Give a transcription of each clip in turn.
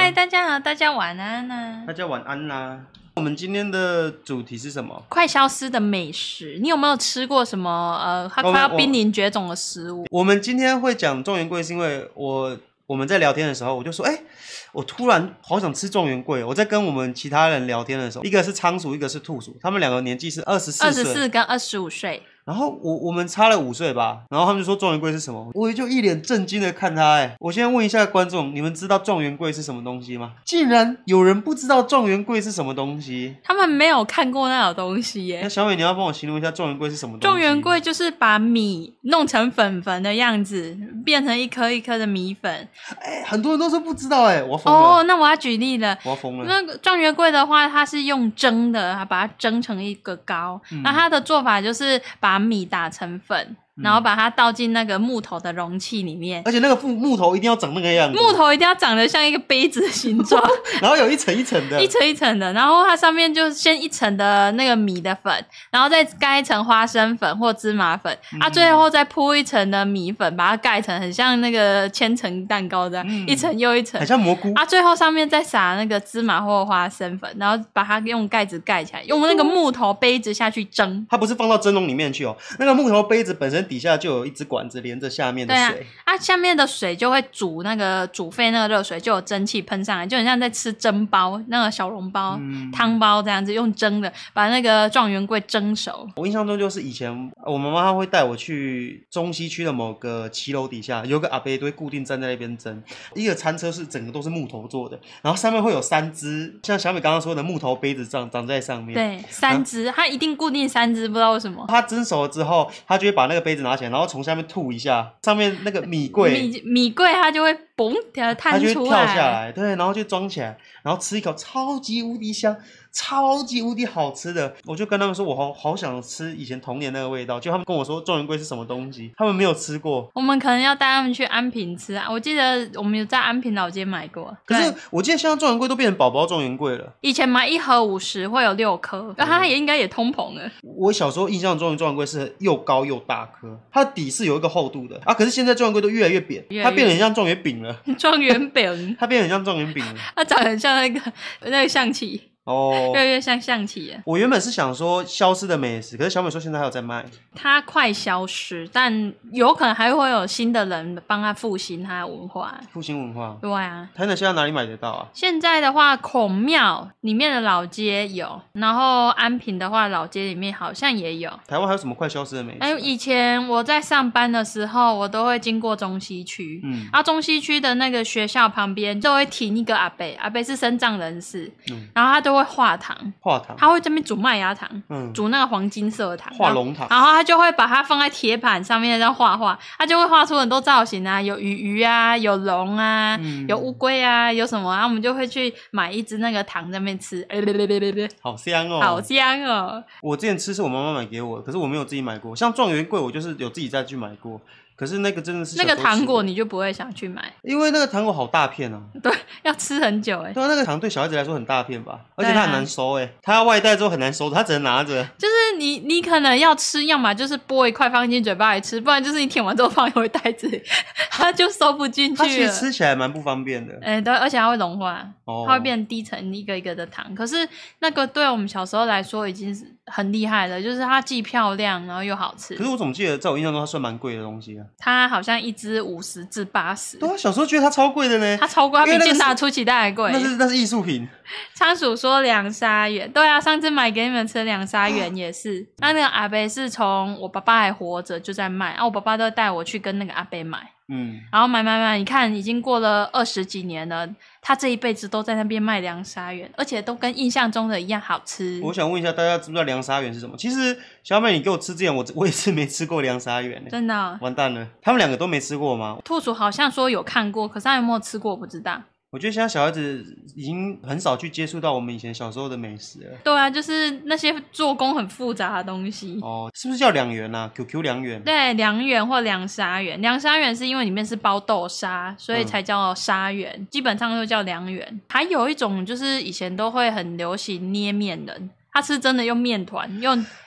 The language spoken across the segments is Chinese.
嗨，大家好，大家晚安啊！ 大家晚安啦。我们今天的主题是什么？ 快消失的美食，你有没有吃过什么它快要濒临绝种的食物？ 我们今天会讲状元桂，是因为我们在聊天的时候，我就说，我突然好想吃状元桂。我在跟我们其他人聊天的时候，一个是仓鼠，一个是兔鼠，他们两个年纪是24岁 ，24跟25岁。 然后我们差了5岁吧，然后他们就说状元桂是什么，我就一脸震惊的看他。我先问一下观众，你们知道状元桂是什么东西吗？竟然有人不知道状元桂是什么东西， 他们没有看过那种东西耶。 那小美你要帮我形容一下状元桂是什么东西？ 状元桂就是把米弄成粉粉的样子，变成一颗一颗的米粉。 很多人都说不知道我疯了。 哦，那我要举例了。 我要疯了。 那个状元桂的话，它是用蒸的，把它蒸成一个糕。那它的做法就是把米打成粉，然后把它倒进那个木头的容器里面， 而且那个木头一定要长那个样子， 木头一定要长得像一个杯子的形状然后有一层一层的， 一层一层的，然后它上面就先一层的那个米的粉，然后再盖一层花生粉或芝麻粉，最后再铺一层的米粉，把它盖成很像那个千层蛋糕这样，一层又一层， 很像蘑菇最后上面再撒那个芝麻或花生粉，然后把它用盖子盖起来，用那个木头杯子下去蒸。 它不是放到蒸笼里面去那个木头杯子本身底下就有一支管子连着下面的水， 下面的水就会煮沸那个热水，就有蒸汽喷上来，就很像在吃蒸包，那个小笼包、汤包这样子，用蒸的把那个状元桂蒸熟。 我印象中就是以前我妈妈会带我去中西区的某个骑楼底下，有个阿伯都会固定站在那边蒸，一个餐车是整个都是木头做的，然后上面会有3只像小美刚刚说的木头杯子长在上面。 对，3只，它一定固定3只，不知道为什么。 它蒸熟了之后，它就会把那个杯子拿起来，然后从下面吐一下，上面那个米桂它就会嘣弹出来， 它就会跳下来，对，然后就装起来，然后吃一口超级无敌香，超级无敌好吃的。我就跟他们说我好想吃以前童年那个味道，就他们跟我说状元桂是什么东西，他们没有吃过。 我们可能要带他们去安平吃我记得我们有在安平老街买过。 可是我记得现在状元桂都变成宝宝状元桂了， 以前买1盒50会有6颗，它也应该也通膨了。 我小时候印象中的状元桂是又高又大颗，它的底是有一个厚度的可是现在状元桂都越来越扁，它变得很像状元饼了状元饼它变得很像状元饼了， 它长得很像那个象棋越来越像象棋了。 我原本是想说消失的美食，可是小美说现在还有在卖。 它快消失，但有可能还会有新的人帮它复兴它的文化。 复兴文化？ 对啊。 台南现在哪里买得到啊？ 现在的话，孔庙里面的老街有，然后安平的话，老街里面好像也有。 台湾还有什么快消失的美食以前我在上班的时候，我都会经过中西区，中西区的那个学校旁边都会停一个阿伯是身障人士，然后他都会画糖，他会这边煮麦芽糖，煮那个黄金色的糖， 画龙糖， 然后他就会把它放在铁板上面这样画，他就会画出很多造型有鱼啊，有龙啊，有乌龟啊，有什么然后我们就会去买一只那个糖在那边吃， 好香哦， 好香哦。 我之前吃是我妈妈买给我的，可是我没有自己买过。像状元桂我就是有自己再去买过，可是那个真的是那个糖果你就不会想去买， 因为那个糖果好大片对，要吃很久对那个糖对小孩子来说很大片吧，而且它很难收它要外带之后很难收，它只能拿着。 就是你可能要吃，要么就是剥一块放进嘴巴里吃，不然就是你舔完之后放回袋子里，它就收不进去了。 它其实吃起来蛮不方便的。 对，而且它会融化，它会变低层一个一个的糖。可是那个对我们小时候来说已经是很厉害了，就是它既漂亮然后又好吃。 可是我怎么记得在我印象中它算蛮贵的东西它好像一支50至80。 对小时候觉得它超贵的呢。 它超贵，它比健达出奇蛋还贵。 那是艺术品。 仓鼠说2沙元，对啊，上次买给你们吃的2沙元也是。那个阿伯是从我爸爸还活着就在卖，我爸爸都带我去跟那个阿伯买。然后买，你看已经过了20几年了，他这一辈子都在那边卖2沙元，而且都跟印象中的一样好吃。 我想问一下大家知不知道2沙元是什么？其实小美你给我吃之前我也是没吃过2沙元真的完蛋了，他们2个都没吃过吗？ 兔鼠好像说有看过，可是他有没有吃过我不知道。 我觉得现在小孩子已经很少去接触到我们以前小时候的美食了。 对啊，就是那些做工很复杂的东西。 是不是叫2元啊 ？QQ 2元？ 对，2元或2沙元。2沙元是因为里面是包豆沙，所以才叫沙元。基本上都叫2元。还有一种就是以前都会很流行捏面人，他是真的用面团用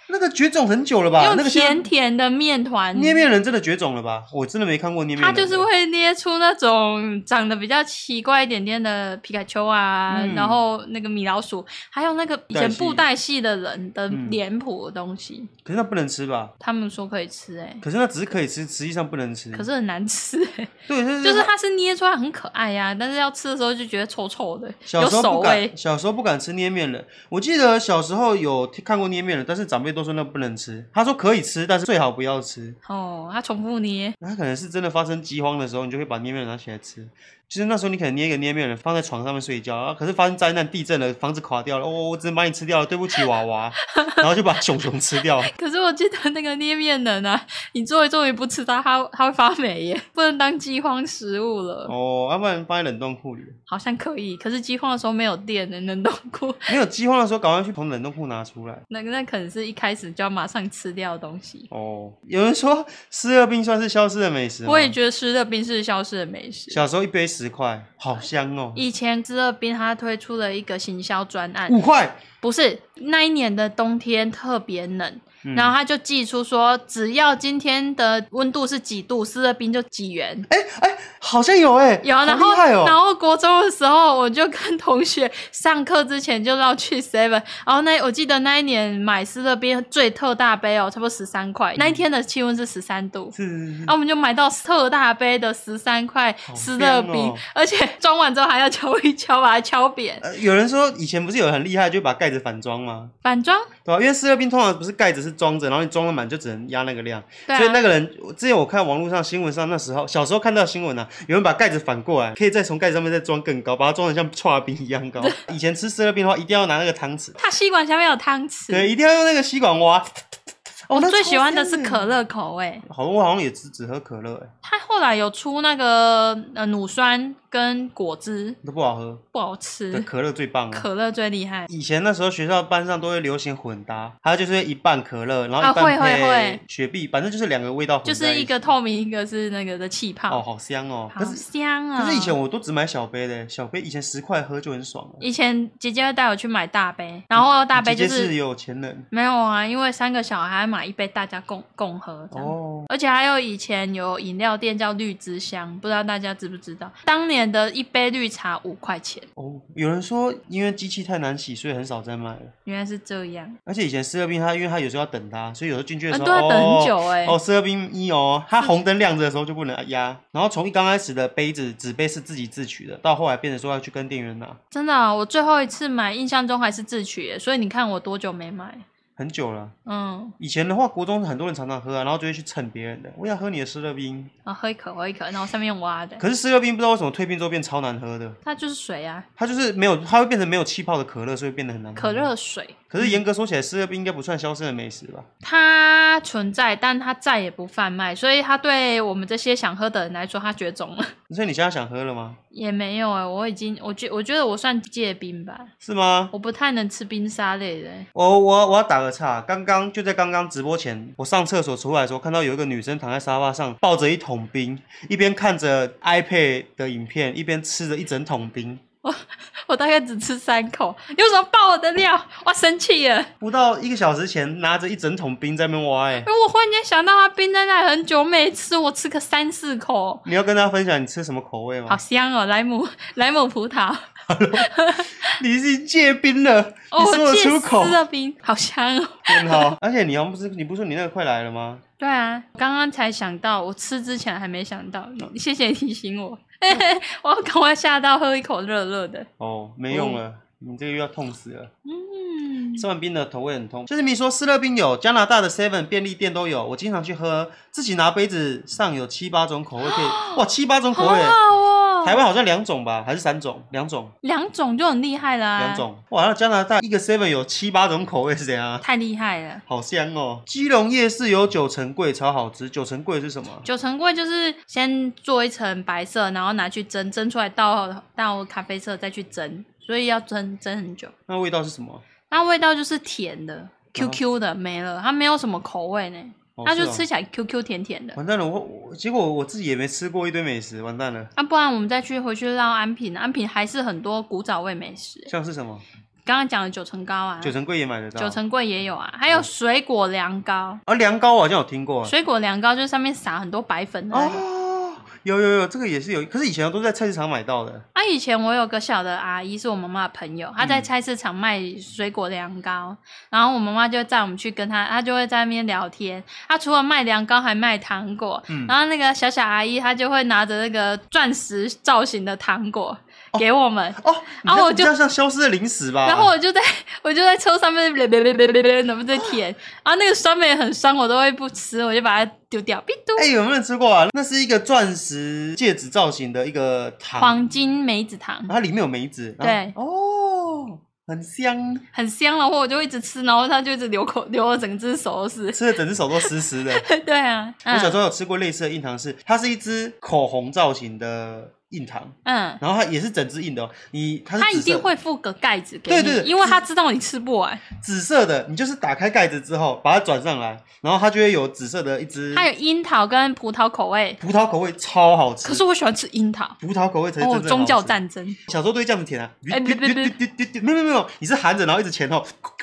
那个绝种很久了吧？ 用甜甜的面团， 捏面人真的绝种了吧？我真的没看过捏面人。 他就是会捏出那种长得比较奇怪一点点的皮卡丘啊，然后那个米老鼠，还有那个以前布袋戏的人的脸谱的东西。 可是那不能吃吧？ 他们说可以吃可是那只是可以吃，实际上不能吃。 可是很难吃对， 就是它是捏出来很可爱呀，但是要吃的时候就觉得臭臭的， 有手味。 小时候不敢吃捏面人，我记得小时候有看过捏面人，但是长辈都说那不能吃。他说可以吃，但是最好不要吃。 他重复捏。 他可能是真的发生饥荒的时候，你就会把捏面人拿起来吃。就是那时候你可能捏一个捏面人放在床上面睡觉，可是发生灾难地震了，房子垮掉了，我只能把你吃掉了，对不起娃娃，然后就把熊熊吃掉。 可是我记得那个捏面人啊，你做一做你不吃它会发霉耶，不能当饥荒食物了。 要不然放在冷冻库里。 好像可以，可是饥荒的时候没有电的冷冻库。 没有饥荒的时候，赶快去从冷冻库拿出来。 那可能是一开始就要马上吃掉的东西。 有人说湿热冰算是消失的美食吗？ 我也觉得湿热冰是消失的美食。 小时候一杯10块，好香哦。 以前湿热冰它推出了一个行销专案 ，5块。 不是，那一年的冬天特别冷，然后他就寄出说，只要今天的温度是几度，湿热冰就几元。 好像有有，然后国中的时候，我就跟同学上课之前就绕去 7， 然后我记得那一年买湿热冰最特大杯差不多13块，那一天的气温是13度，然后我们就买到特大杯的13块湿热冰，而且装完之后还要敲一敲，把它敲扁。 有人说以前不是有人很厉害，就把盖子反装吗？ 反装？ 对啊，因为湿热冰通常不是盖子是装着，然后你装了满就只能压那个量， 所以那个人之前我看网络上新闻上，那时候小时候看到新闻有人把盖子反过来，可以再从盖子上面再装更高，把它装得像刨冰一样高。以前吃湿热冰的话，一定要拿那个汤匙， 它吸管下面有汤匙， 对，一定要用那个吸管挖。 我最喜欢的是可乐口味， 我好像也只喝可乐。 它后来有出那个乳酸跟果汁， 都不好喝， 不好吃。 对，可乐最棒了， 可乐最厉害。 以前那时候学校班上都会流行混搭，它就是一半可乐，然后一半配雪碧，反正就是2个味道混在一起， 就是一个透明，一个是那个的气泡。 好香哦， 好香啊！ 可是以前我都只买小杯的，小杯以前10块喝就很爽了。 以前姐姐会带我去买大杯，然后大杯就是姐姐是有钱人。 没有啊，因为3个小孩买一杯，大家共喝这样。而且还有以前有饮料店叫绿之香，不知道大家知不知道？当年的一杯绿茶5块钱。 有人说因为机器太难洗，所以很少在卖了。 原来是这样。 而且以前湿热冰因为它有时候要等它，所以有时候进去的时候都要等很久湿热冰它红灯亮着的时候就不能压。然后从刚开始的杯子纸杯是自己自取的，到后来变成说要去跟店员拿。 真的我最后一次买印象中还是自取耶，所以你看我多久没买。 很久了。以前的话国中很多人常常喝然后就会去蹭别人的，我要喝你的湿热冰喝一口然后上面挖的。 可是湿热冰不知道为什么退冰之后变超难喝的。 它就是水啊， 它就是没有，它会变成没有气泡的可乐，所以变得很难喝。 可乐水。 可是严格说起来，湿热冰应该不算消失的美食吧？ 它存在，但它再也不贩卖，所以它对我们这些想喝的人来说，它绝种了。 所以你现在想喝了吗？ 也没有我觉得我算戒冰吧。 是吗？ 我不太能吃冰沙类的。 我要打个岔，就在刚刚直播前，我上厕所出来的时候，看到有一个女生躺在沙发上，抱着一桶冰，一边看着 iPad 的影片，一边吃着一整桶冰。 我大概只吃3口，你为什么爆我的料？我生气了。 不到1个小时前拿着一整桶冰在那边挖我忽然间想到它冰在那里很久没吃，我吃个3、4口。 你要跟大家分享你吃什么口味吗？ 好香哦，莱姆葡萄。 你是戒冰了，你说得出口？ 我戒湿热冰，好香哦。 很好，而且你不是说你那个快来了吗？ 对啊，刚刚才想到，我吃之前还没想到，谢谢你提醒我。我要赶快下到喝一口热热的。 没用了，你这个又要痛死了。吃完冰的头会很痛。就是你说湿热冰有加拿大的 7 便利店都有，我经常去喝，自己拿杯子上有7、8种口味可以。哇，7、8种口味，好好哦。 台湾好像2种吧，还是3种？2种。 2种就很厉害啦。 2种。哇，那加拿大一个 7 有7、8种口味是怎样？ 太厉害了。好香哦。基隆夜市有9层柜，超好吃。9层柜是什么 ？9层柜就是先做一层白色，然后拿去蒸，蒸出来到咖啡色再去蒸，所以要蒸很久。 那味道是什么？ 那味道就是甜的 ，QQ 的没了，它没有什么口味呢。它就吃起来 QQ 甜甜的。 完蛋了，结果我自己也没吃过一堆美食，完蛋了。 不然我们再回去绕安平，安平还是很多古早味美食。 像是什么？ 刚刚讲的九层糕啊， 九层柜也买得到， 九层柜也有啊，还有水果凉糕啊，凉糕我好像有听过， 水果凉糕就是上面撒很多白粉的那个。 有，这个也是有，可是以前都是在菜市场买到的。 啊，以前我有个小的阿姨是我妈妈的朋友，她在菜市场卖水果凉糕，然后我妈妈就载我们去跟她就会在那边聊天。她除了卖凉糕，还卖糖果，然后那个小阿姨她就会拿着那个钻石造型的糖果给我们然后我就像消失的零食吧。 然后我就在车上面能不能舔，然后那个酸梅很酸，我都会不吃，我就把它丢掉。 有没有人吃过啊？那是一个钻石戒指造型的一个糖， 黄金梅子糖， 它里面有梅子。 对， 很香， 很香。然后我就一直吃，然后它就一直流了整只手都是， 吃的整只手都湿湿的。 对啊， 我小时候有吃过类似的硬糖，它是一只口红造型的硬糖，然后它也是整只硬的它一定会附个盖子给你， 对， 因为它知道你吃不完。 紫色的，你就是打开盖子之后把它转上来，然后它就会有紫色的一只。 它有樱桃跟葡萄口味， 葡萄口味超好吃。 可是我喜欢吃樱桃， 葡萄口味才是真正好吃。 宗教战争。 小时候都会这样子舔啊，没有，你是含着然后一直前后。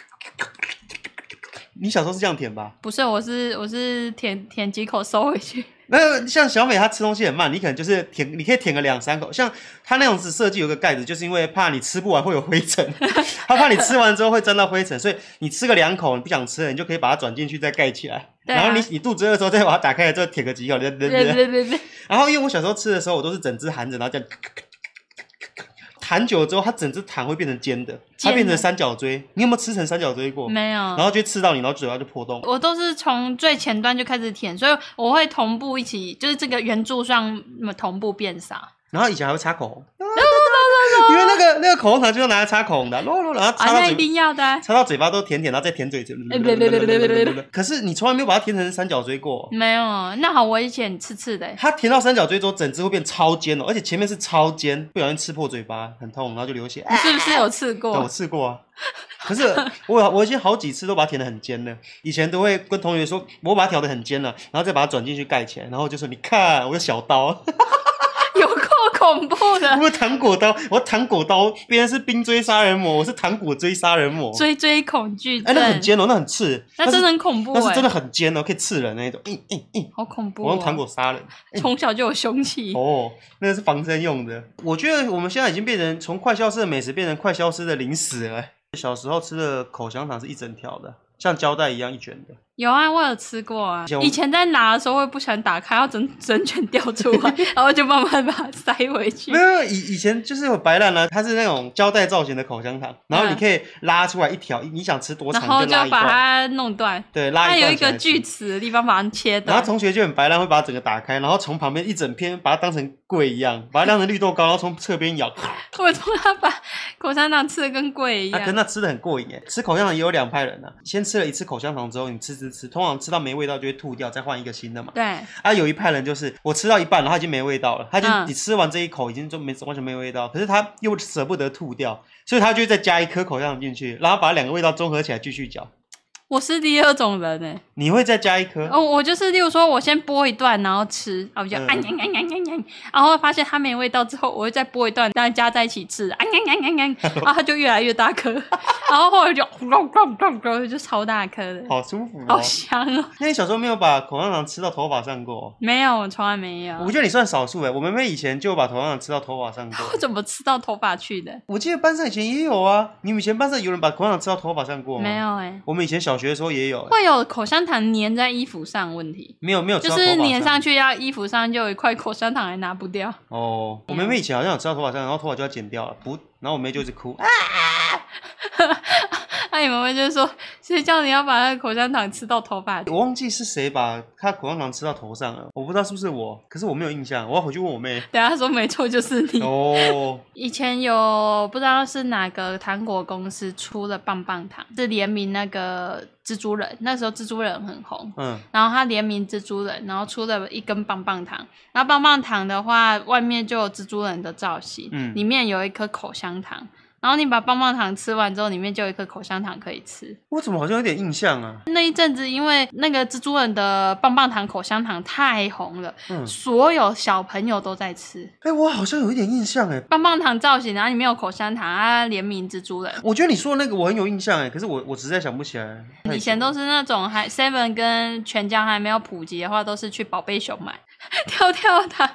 你小时候是这样舔吧？ 不是，我是舔几口收回去。 那像小美她吃东西很慢，你可能就是你可以舔个2-3口。像她那样子设计有个盖子，就是因为怕你吃不完会有灰尘，她怕你吃完之后会沾到灰尘，所以你吃个2口你不想吃了，你就可以把它转进去再盖起来。然后你肚子饿的时候再把它打开来之后舔个几口。对。然后因为我小时候吃的时候，我都是整只含着，然后这样。弹久了之后，它整只糖会变成尖的，它变成三角锥。你有没有吃成三角锥过？ 没有。 然后就会刺到你，然后嘴巴就破洞。 我都是从最前端就开始舔，所以我会同步一起，就是这个圆柱上同步变撒。 然后以前还会擦口红。因为那个口红糖就是拿来擦口红的，然后擦到那一定要的， 擦到嘴巴都甜甜，然后再舔嘴唇。可是你从来没有把它舔成三角锥过？ 没有，那好危险，刺刺的。 它甜到三角锥之后，整只会变超尖而且前面是超尖，不小心刺破嘴巴，很痛，然后就流血。 你是不是有刺过？ 我刺过啊。可是我已经好几次都把它舔得很尖了。以前都会跟同学说，我把它挑得很尖了，然后再把它转进去盖起来，然后就说你看我有小刀。 有够恐怖的！ 我糖果刀，别人是冰锥杀人魔，我是糖果锥杀人魔。 锥恐惧症。 那很尖那很刺。 那真的很恐怖。 那是真的很尖可以刺人那种。 好恐怖。 我用糖果杀人。 从小就有凶器。 那是防身用的。我觉得我们现在已经变成从快消失的美食变成快消失的零食了。小时候吃的口香糖是一整条的，像胶带一样一卷的。 有啊，我有吃过啊。以前在拿的时候会不想打开，要整卷掉出来，然后就慢慢把它塞回去。 没有，以前就是有白烂它是那种胶带造型的口香糖，然后你可以拉出来一条，你想吃多长就拉一段， 然后就把它弄断。 对，拉一段。 它有一个锯齿的地方把它切断。 然后同学就很白烂，会把它整个打开，然后从旁边一整片把它当成桂一样，把它当成绿豆糕，然后从侧边咬。 我说他把口香糖吃的跟桂一样。 跟他吃的很过瘾耶。吃口香糖也有2派人啊，先吃了一次口香糖之后，你吃，通常吃到没味道就会吐掉，再换一个新的嘛。 对。 有一派人就是我吃到一半，然后它已经没味道了，你吃完这一口已经就完全没味道，可是他又舍不得吐掉，所以他就再加一颗口香糖进去，然后把2个味道综合起来继续嚼。 我是第二种人欸。 你会再加一颗？ 我就是例如说我先剥一段然后吃，然后我就然后发现它没味道之后，我会再剥一段然后加在一起吃，然后它就越来越大颗，然后后来就超大颗的。 好舒服好香哦。 那你小时候没有把口香糖吃到头发上过？ 没有，我从来没有。 我觉得你算少数我妹妹以前就把口香糖吃到头发上过。 我怎么吃到头发去的？ 我记得班上以前也有啊。你们以前班上有人把口香糖吃到头发上过吗？ 没有我们以前小学的时候也有会有口香糖粘在衣服上问题。 没有吃到头发上，就是粘上去要衣服上就有一块口香糖还拿不掉。 我妹妹以前好像有吃到头发上，然后头发就要剪掉了，然后我妹就一直哭。 你妹妹就说谁叫你要把那个口香糖吃到头发？ 我忘记是谁把她口香糖吃到头上了，我不知道是不是我，可是我没有印象，我要回去问我妹。 对啊，她说没错就是你。以前有不知道是哪个糖果公司出了棒棒糖，是联名那个蜘蛛人，那时候蜘蛛人很红，然后他联名蜘蛛人，然后出了一根棒棒糖，然后棒棒糖的话外面就有蜘蛛人的造型，里面有一颗口香糖， 然后你把棒棒糖吃完之后，里面就有一颗口香糖可以吃。 我怎么好像有点印象啊？ 那一阵子因为那个蜘蛛人的棒棒糖、口香糖太红了，所有小朋友都在吃。 我好像有一点印象棒棒糖造型，然后里面有口香糖啊，联名蜘蛛人。 我觉得你说的那个我很有印象可是我实在想不起来。 以前都是那种还 Seven 跟全家还没有普及的话，都是去宝贝熊买跳跳糖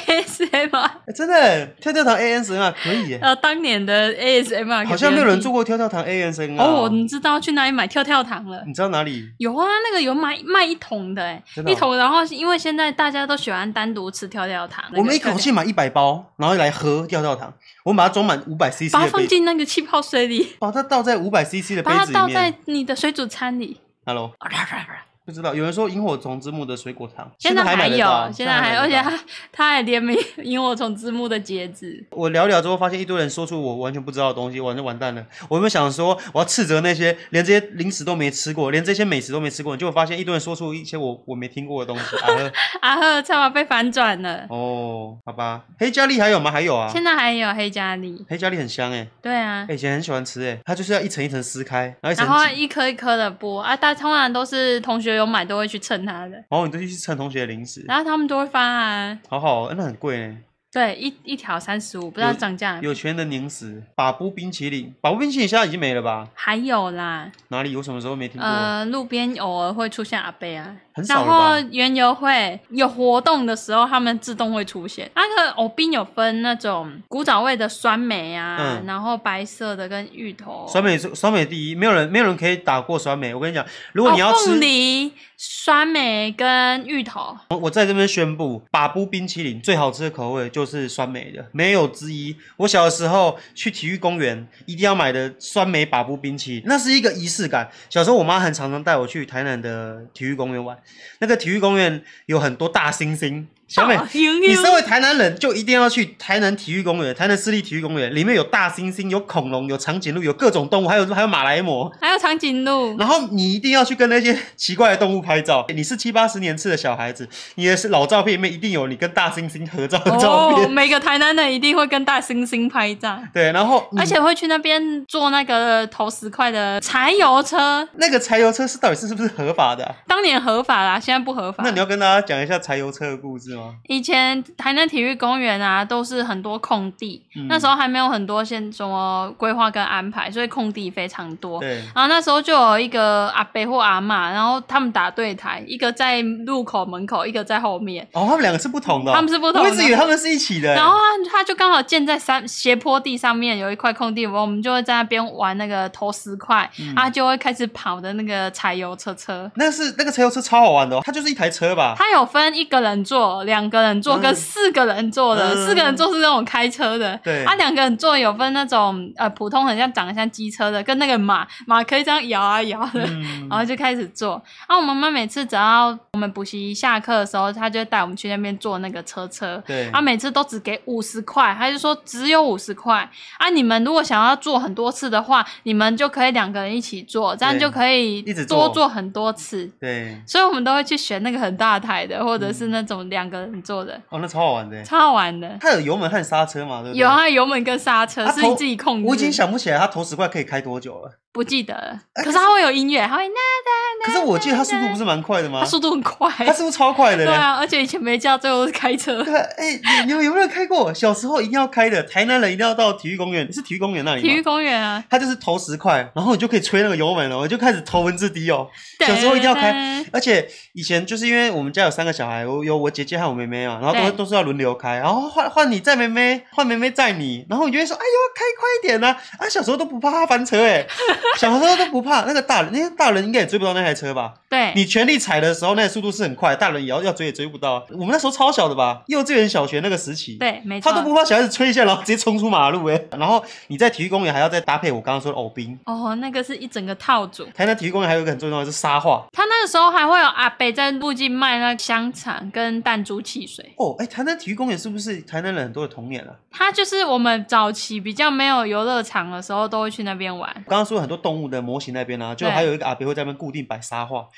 ASMR。 真的跳跳糖 ASMR 可以耶。 当年的 ASMR 好像没有人做过跳跳糖 ASMR。 哦，你知道去哪里买跳跳糖了？ 你知道哪里？ 有啊，那个有卖一桶的一桶。然后因为现在大家都喜欢单独吃跳跳糖， 我们一口气买100包，然后来喝跳跳糖。我们把它装满500cc 的杯， 把它放进那个气泡水里， 把它倒在500cc 的杯子里面， 把它倒在你的水煮餐里。 Hello。不知道，有人说萤火虫之墓的水果糖， 现在还有， 现在还有，而且它还联名萤火虫之墓的节制。 我聊聊之后，发现一堆人说出我完全不知道的东西，完蛋了。我有没有想说，我要斥责那些连这些零食都没吃过，连这些美食都没吃过，结果发现一堆人说出一些我没听过的东西。 阿赫差点被反转了。 哦，好吧，黑嘉丽还有吗？还有啊， 现在还有黑嘉丽。 黑嘉丽很香对啊， 以前很喜欢吃它就是要一层一层撕开，然后一颗一颗的剥啊。大通常都是同学有买都会去蹭他的。 你都去蹭同学的零食， 然后他们都会发啊。 好，那很贵对，一条35，不知道涨价。有钱人零食，把布冰淇淋现在已经没了吧？ 还有啦。 哪里？我什么时候没听过？ 路边偶尔会出现阿伯啊。 很少了吧？ 然后园游会有活动的时候，他们自动会出现。那个藕冰有分那种古早味的酸梅啊，然后白色的跟芋头。 酸梅第一，没有人可以打过酸梅。我跟你讲，如果你要吃凤梨、酸梅跟芋头， 我在这边宣布，把布冰淇淋最好吃的口味就是酸梅的，没有之一。我小的时候去体育公园一定要买的酸梅把布冰淇淋，那是一个仪式感。小时候我妈很常带我去台南的体育公园玩。那个体育公园有很多大猩猩，小美，你身为台南人就一定要去台南体育公园，台南市立体育公园里面有大猩猩，有恐龙，有长颈鹿，有各种动物，还有马来貘， 还有长颈鹿。 然后你一定要去跟那些奇怪的动物拍照。你是7、80年次的小孩子，你的老照片里面一定有你跟大猩猩合照的照片。 每个台南人一定会跟大猩猩拍照。 对，然后而且会去那边坐那个投10块的柴油车。 那个柴油车到底是不是合法的当年合法啦，现在不合法。 那你要跟大家讲一下柴油车的故事吗？ 以前台南体育公园啊，都是很多空地，那时候还没有很多什么规划跟安排，所以空地非常多。 对。 然后那时候就有一个阿伯或阿嬷，然后他们打对台，一个在路口门口，一个在后面。 他们两个是不同的。 他们是不同的。 我一直以为他们是一起的。 然后他就刚好建在斜坡地上面有一块空地，我们就会在那边玩那个投10块，就会开始跑的那个柴油车。 那个柴油车超好玩的它就是一台车吧？ 它有分1个人坐、2个人坐跟4个人坐的。4个人坐是那种开车的。 对。 2个人坐有分那种普通很像长得像机车的，跟那个马可以这样摇啊摇的，然后就开始坐。我妈妈每次只要我们补习下课的时候，她就会带我们去那边坐那个车。 对。 每次都只给50块，她就说只有50块你们如果想要坐很多次的话，你们就可以2个人一起坐，这样就可以多坐很多次。 对。 所以我们都会去选那个很大台的，或者是那种2个人坐的。 那超好玩的。 超好玩的。 它有油门和刹车嘛？对不对？ 有啊，油门跟刹车是你自己控制。 我已经想不起来它投10块可以开多久了。 不记得了。可是它会有音乐，它会可是我记得它速度不是蛮快的吗？ 它速度很快。 它速度超快的。 对啊，而且以前没驾照都是开车。 对。你有没有开过？小时候一定要开的，台南人一定要到体育公园。是体育公园那里吗？ 体育公园啊。 它就是投10块，然后你就可以吹那个油门了，我就开始头文字 D 哦。小时候一定要开，而且以前就是因为我们家有3个小孩，有我姐姐和我妹妹嘛，然后都是要轮流开，然后换你载妹妹，换妹妹载你，然后你就会说，哎呦，开快一点啊！小时候都不怕他翻车小时候都不怕。那个大人应该也追不到那台车吧？ 对。 你全力踩的时候，那个速度是很快，大人也要追也追不到。我们那时候超小的吧，幼稚园小学那个时期。 对，没错。 他都不怕小孩子吹一下，然后直接冲出马路然后你在体育公园还要再搭配我刚刚说的藕冰。 那个是一整个套组。 台南体育公园还有一个很重要的是沙画。 他那个时候还会有阿伯在附近卖那香肠跟弹珠汽水。 台南体育公园是不是台南人很多的童年啊？ 他就是我们早期比较没有游乐场的时候，都会去那边玩。 刚刚说很多动物的模型那边就还有一个阿伯会在那边固定摆沙画，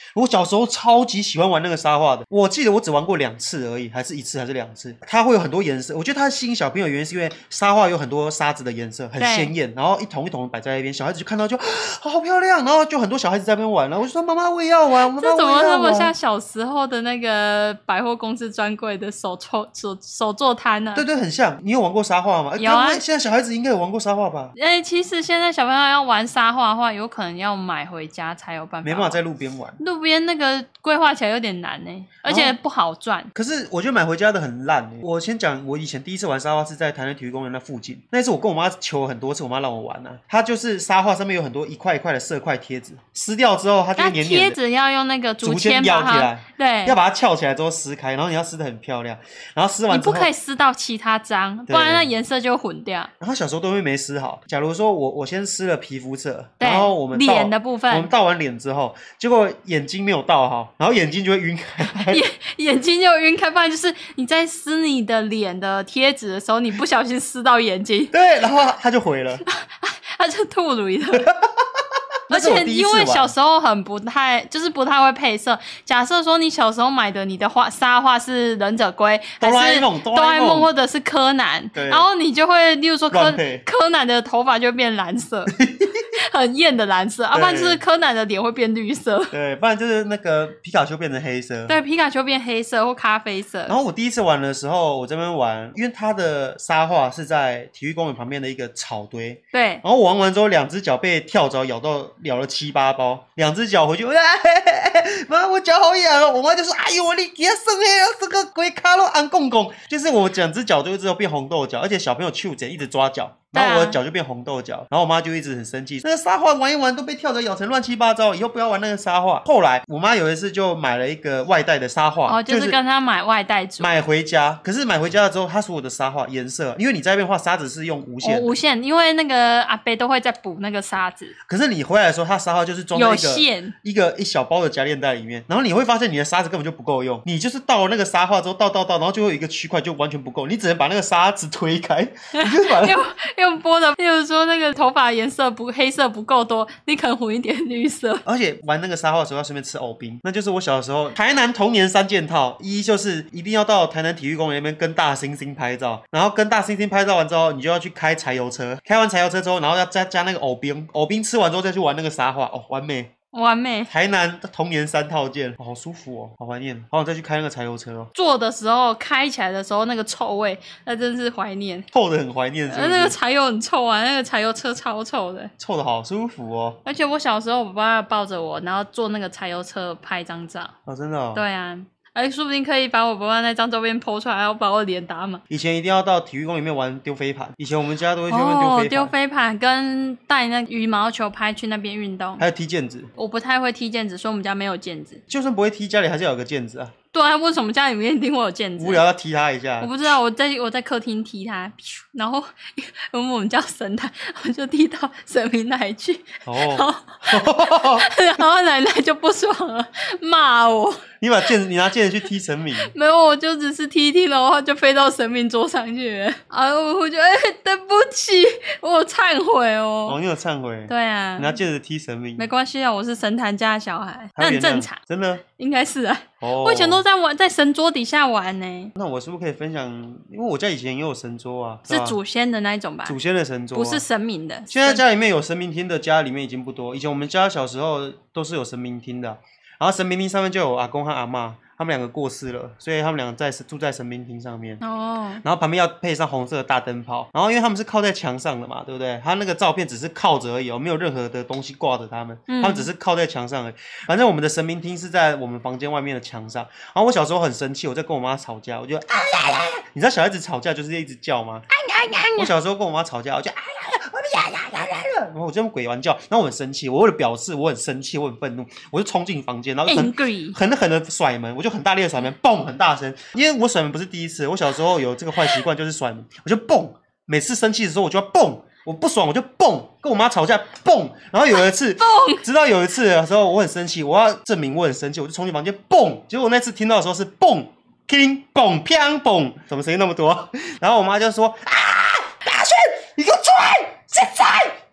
我小时候超级喜欢玩那个沙画的，我记得我只玩过2次而已，还是1次还是2次。它会有很多颜色，我觉得它吸引小朋友的原因是因为沙画有很多沙子的颜色很鲜艳，然后一桶一桶摆在那边，小孩子就看到就好漂亮，然后就很多小孩子在那边玩，然后我就说妈妈我也要玩， 这怎么那么像小时候的那个百货公司专柜的手作摊呢？ 对对，很像。你有玩过沙画吗？ 有啊， 现在小孩子应该有玩过沙画吧？ 其实现在小朋友要玩沙画的话，有可能要买回家才有办法， 没办法在路边玩。 路边那个规划起来有点难呢，而且不好赚。 可是我觉得买回家的很烂。我先讲，我以前第一次玩沙画是在台南体育公园那附近，那次我跟我妈求了很多次，我妈让我玩啊。它就是沙画上面有很多一块一块的色块贴纸，撕掉之后它就黏黏的。 贴纸要用那个竹签咬起来， 对， 要把它翘起来之后撕开，然后你要撕得很漂亮，然后撕完之后你不可以撕到其他张，不然那颜色就混掉。 然后小时候都会没撕好。假如说我先撕了皮肤色， 然后我们脸的部分， 我们倒完脸之后，结果眼睛没有倒好，然后眼睛就会晕开， 眼睛就晕开，不然就是你在撕你的脸的贴纸的时候，你不小心撕到眼睛， 对，然后它就毁了， 它就吐泪了。而且因为小时候不太会配色，假设说你小时候买的你的沙画是忍者龟还是哆啦 A 梦或者是柯南，然后你就会例如说柯南的头发就会变蓝色很艳的蓝色，不然就是柯南的脸会变绿色， 对，不然就是那个皮卡丘变成黑色， 对，皮卡丘变黑色或咖啡色。 然后我第一次玩的时候，我这边玩，因为它的沙画是在体育公园旁边的一个草堆， 对， 然后我玩完之后2只脚被跳蚤咬了7、8包，2只脚回去，妈，我脚好痒哦！我妈就说：“哎呦，你给它生黑了，这个龟卡都安公公。”就是我2只脚就之后变红豆脚，而且小朋友去一直抓脚，然后我的脚就变红豆脚，然后我妈就一直很生气，那个沙画玩一玩都被跳蚤咬成乱七八糟，以后不要玩那个沙画。后来我妈有一次就买了一个外带的沙画， 就是跟她买外带组， 买回家。可是买回家了之后，她所有的沙画颜色，因为你在那边画沙子是用无限， 无限，因为那个阿伯都会再补那个沙子。 可是你回来的时候，它沙画就是装在一小包的夹链袋里面，然后你会发现你的沙子根本就不够用，你就是倒了那个沙画之后倒，然后就会有一个区块就完全不够，你只能把那个沙子推开，你就把用拨的，例如说那个头发颜色黑色不够多，你可能混一点绿色。 而且玩那个沙画的时候要顺便吃藕冰，那就是我小的时候台南童年3件套，一就是一定要到台南体育公园那边跟大猩猩拍照，然后跟大猩猩拍照完之后，你就要去开柴油车，开完柴油车之后，然后要再加那个藕冰，藕冰吃完之后再去玩那个沙画，哦，完美。 完美， 台南童年3套件，好舒服哦，好怀念，好想再去开那个柴油车哦。 坐的时候开起来的时候那个臭味，那真是怀念， 臭的很怀念是不是？ 那个柴油很臭啊，那个柴油车超臭的， 臭的好舒服哦。 而且我小时候我爸爸抱着我，然后坐那个柴油车拍张照。 哦，真的哦。 对啊。说不定可以把我爸爸那张照片 po 出来，然后把我脸打满。 以前一定要到体育宫里面玩丢飞盘，以前我们家都会去玩丢飞盘。 丢飞盘跟带那羽毛球拍去那边运动， 还有踢毽子。 我不太会踢毽子，所以我们家没有毽子。 就算不会踢，家里还是要有个毽子啊。 对啊，为什么家里面一定会有毽子？ 无聊要踢他一下。 我不知道，我在客厅踢他，然后因为我们叫神坛，我就踢到神明那里去。哦。然后奶奶就不爽了，骂我。 你拿毽子去踢神明？ 没有，我就只是踢，然后就飞到神明桌上去了。我就对不起，我忏悔哦。 哦，你有忏悔？ 对啊。 你拿毽子踢神明？ 没关系啊，我是神坛家的小孩，那很正常。 真的？ 应该是啊。我以前都在神桌底下玩呢。 那我是不是可以分享？因为我家以前也有神桌啊， 是祖先的那一种吧？ 祖先的神桌， 不是神明的。 现在家里面有神明厅的家里面已经不多，以前我们家小时候都是有神明厅的，然后神明厅上面就有阿公和阿嬷。他们2个过世了，所以他们2个住在神明厅上面。哦。然后旁边要配上红色的大灯泡，然后因为他们是靠在墙上的嘛，对不对？他那个照片只是靠着而已，没有任何的东西挂着他们，他们只是靠在墙上而已。反正我们的神明厅是在我们房间外面的墙上。然后我小时候很生气，我在跟我妈吵架，我就你知道小孩子吵架就是一直叫吗？我小时候跟我妈吵架，我就然后我就用鬼玩叫，然后我很生气，我为了表示我很生气，我很愤怒，我就冲进房间，然后狠的甩门，我就很大力的甩门，嘣，很大声，因为我甩门不是第一次，我小时候有这个坏习惯，就是甩门，我就嘣，每次生气的时候我就要嘣，我不爽我就嘣，跟我妈吵架嘣，然后有一次，直到有一次的时候我很生气，我要证明我很生气，我就冲进房间嘣，结果我那次听到的时候是嘣，叮嘣砰嘣，怎么声音那么多？然后我妈就说啊，大勋，你给我出来！现在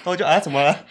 后我就怎么了？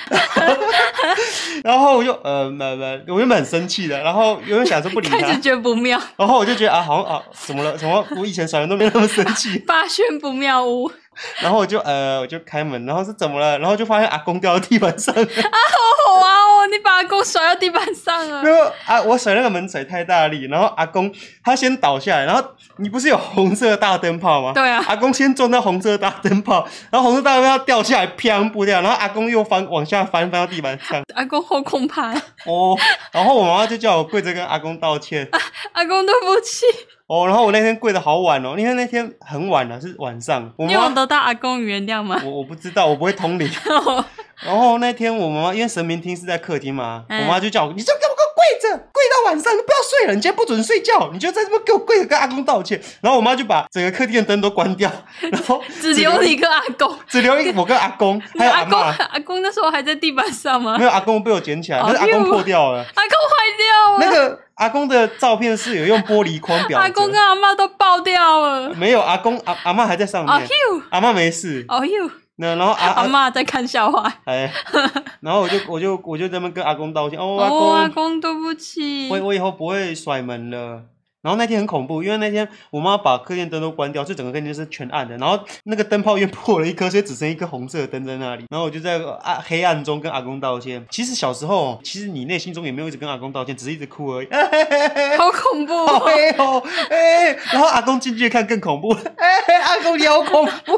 然后我就我原本很生气的，然后有点想说不理他， 开始觉得不妙， 然后我就觉得好像怎么了？怎么我以前甩人都没那么生气？ 发现不妙屋。 然后我就开门，然后是怎么了？然后就发现阿公掉到地板上了。 好滑哦！你把阿公甩到地板上了。 没有我甩那个门甩太大力，然后阿公他先倒下来，然后你不是有红色的大灯泡吗？ 对啊。 阿公先撞到红色的大灯泡，然后红色大灯泡掉下来，砰不掉，然后阿公又往下翻到地板上。 阿公好恐怕。 然后我妈妈就叫我跪着跟阿公道歉。 阿公对不起。 然后我那天跪得好晚因为那天很晚了，是晚上。 你有得到阿公原谅吗？ 我不知道，我不会通灵。然后那天我妈妈因为神明厅是在客厅嘛，我妈就叫我，你就给我跪着，跪到晚上，你不要睡了，你今天不准睡觉，你就在这边给我跪着跟阿公道歉。然后我妈就把整个客厅的灯都关掉，然后只留你跟阿公， 只留我跟阿公，还有阿嬷。 阿公那时候还在地板上吗？ 没有，阿公被我捡起来，但是阿公破掉了。 阿公坏掉了。 那个阿公的照片是有用玻璃框裱着， 阿公跟阿嬷都爆掉了。 没有，阿公阿嬷还在上面，阿嬷没事。然后阿嬷在看笑话。 然后我就在那边跟阿公道歉。 阿公对不起， 我以后不会甩门了。然后那天很恐怖，因为那天我妈把客厅灯都关掉，所以整个客厅是全暗的。然后那个灯泡因为破了一颗，所以只剩一颗红色的灯在那里。然后我就在黑暗中跟阿公道歉。其实小时候，其实你内心中也没有一直跟阿公道歉，只是一直哭而已。 好恐怖好黑然后阿公进去看更恐怖。阿公你好恐怖。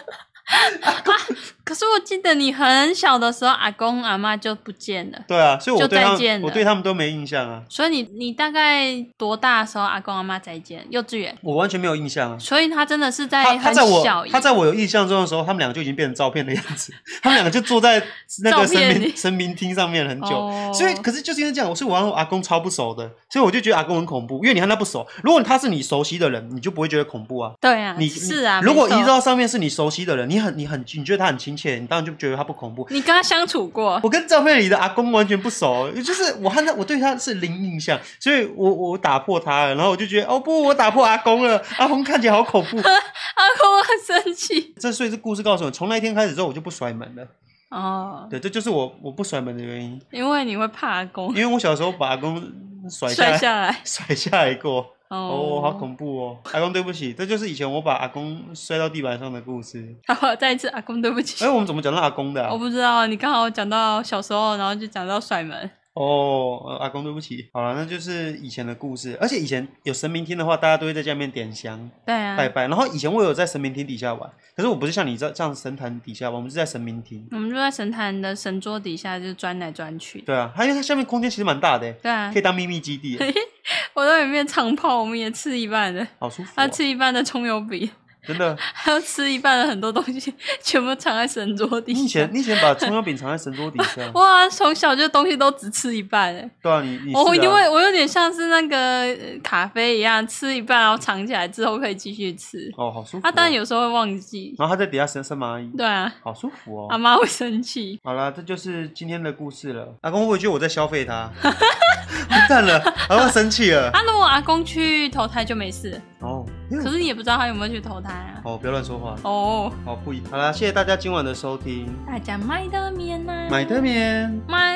可是我记得你很小的时候，阿公阿嬷就不见了。 对啊，所以我对他们都没印象啊。 所以你大概多大的时候阿公阿嬷再见？幼稚园？ 我完全没有印象啊。 所以他真的是在很小， 他在我有印象中的时候，他们两个就已经变成照片的样子。他们两个就坐在那个神明厅上面很久。所以可是就是因为这样，所以我跟我阿公超不熟的，所以我就觉得阿公很恐怖。因为你和他不熟，如果他是你熟悉的人，你就不会觉得恐怖啊。 对啊，是啊。 如果依照上面是你熟悉的人，你觉得他很亲切，你当然就觉得他不恐怖。 你跟他相处过？ 我跟照片里的阿公完全不熟，就是我对他是零印象，所以我打破他了，然后我就觉得不，我打破阿公了，阿公看起来好恐怖。 阿公很生气。 所以这故事告诉我，从那一天开始之后，我就不甩门了。对，这就是我不甩门的原因。 因为你会怕阿公。 因为我小时候把阿公甩下来过。好恐怖阿公对不起，这就是以前我把阿公摔到地板上的故事。 好，再一次阿公对不起。 我们怎么讲到阿公的我不知道，你刚好讲到小时候，然后就讲到甩门。 阿公对不起。好了，那就是以前的故事。而且以前有神明厅的话，大家都会在家里面点香， 对啊， 拜拜。然后以前我有在神明厅底下玩，可是我不是像你这样神坛底下玩，我们是在神明厅。 我们就在神坛的神桌底下，就钻来钻去。 对啊，因为它下面空间其实蛮大的。 对啊， 可以当秘密基地。 我在里面长泡，我们也吃一半的， 好舒服。 他吃一半的葱油饼。 真的， 还有吃一半的很多东西，全部藏在神桌底下。 你以前把葱油饼藏在神桌底下？ 哇，从小就东西都只吃一半对啊， 我有点像是那个咖啡一样，吃一半然后藏起来之后可以继续吃。 好舒服。 他当然有时候会忘记， 然后他在底下生蚂蚁。 对啊， 好舒服阿妈会生气。 好啦，这就是今天的故事了。阿公会不会觉得我在消费他？完蛋了，阿公生气了。 如果阿公去投胎就没事。可是你也不知道他有没有去投胎啊。 不要乱说话。 好， 不好啦，谢谢大家今晚的收听。 大家买得眠啊， 买得眠， 买